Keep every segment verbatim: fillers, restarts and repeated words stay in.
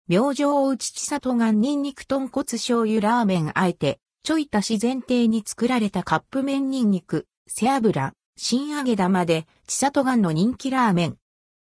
明星おうちちさとがんにんにく豚骨醤油ラーメンあえて、ちょい足し前提に作られたカップ麺にんにく、背脂、新揚げ玉で、ちさとがんの人気ラーメン。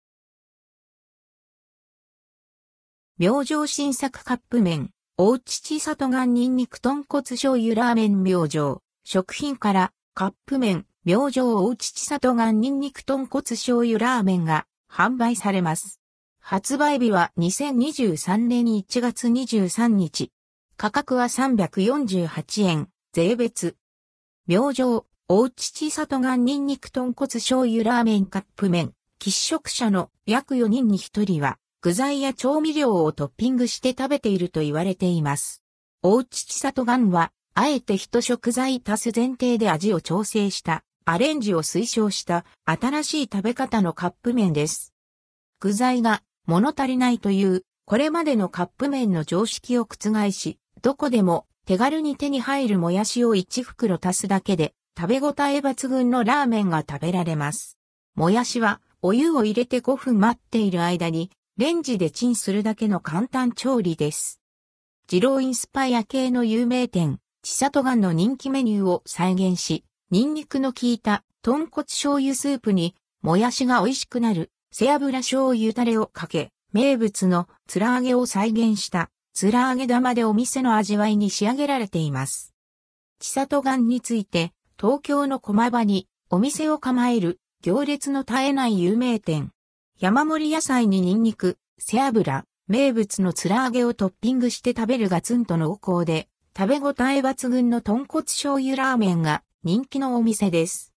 明星新作カップ麺、おうちちさとがんにんにく豚骨醤油ラーメン明星。食品からカップ麺、明星おうちちさとがんにんにく豚骨醤油ラーメンが販売されます。発売日はにせんにじゅうさんねんいちがつにじゅうさんにち。価格はさんびゃくよんじゅうはちえん、税別。明星、おうちちさとがんにんにく豚骨醤油ラーメンカップ麺。喫食者の約よにんにひとりは、具材や調味料をトッピングして食べていると言われています。おうちちさとがんは、あえて一食材足す前提で味を調整した、アレンジを推奨した新しい食べ方のカップ麺です。具材が物足りないという、これまでのカップ麺の常識を覆し、どこでも手軽に手に入るもやしをいちふくろ足すだけで、食べ応え抜群のラーメンが食べられます。もやしはお湯を入れてごふん待っている間に、レンジでチンするだけの簡単調理です。二郎インスパイア系の有名店、ちさとがんの人気メニューを再現し、ニンニクの効いた豚骨醤油スープに、もやしが美味しくなる背脂醤油タレをかけ、名物のつら揚げを再現したつら揚げ玉でお店の味わいに仕上げられています。ちさとがんについて、東京の駒場にお店を構える行列の絶えない有名店。山盛り野菜にニンニク、背脂、名物のつら揚げをトッピングして食べるガツンと濃厚で、食べ応え抜群の豚骨醤油ラーメンが人気のお店です。